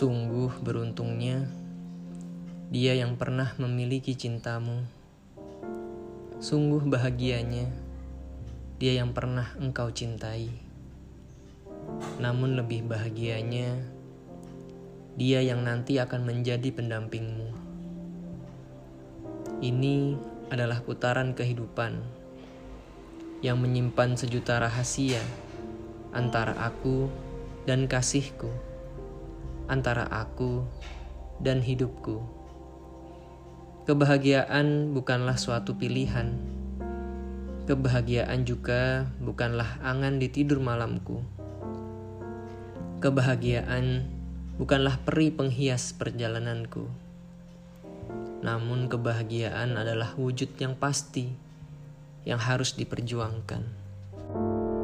Sungguh beruntungnya dia yang pernah memiliki cintamu. Sungguh bahagianya dia yang pernah engkau cintai. Namun lebih bahagianya dia yang nanti akan menjadi pendampingmu. Ini adalah putaran kehidupan yang menyimpan sejuta rahasia antara aku dan kasihku, antara aku dan hidupku. Kebahagiaan bukanlah suatu pilihan. Kebahagiaan juga bukanlah angan di tidur malamku. Kebahagiaan bukanlah peri penghias perjalananku. Namun kebahagiaan adalah wujud yang pasti yang harus diperjuangkan.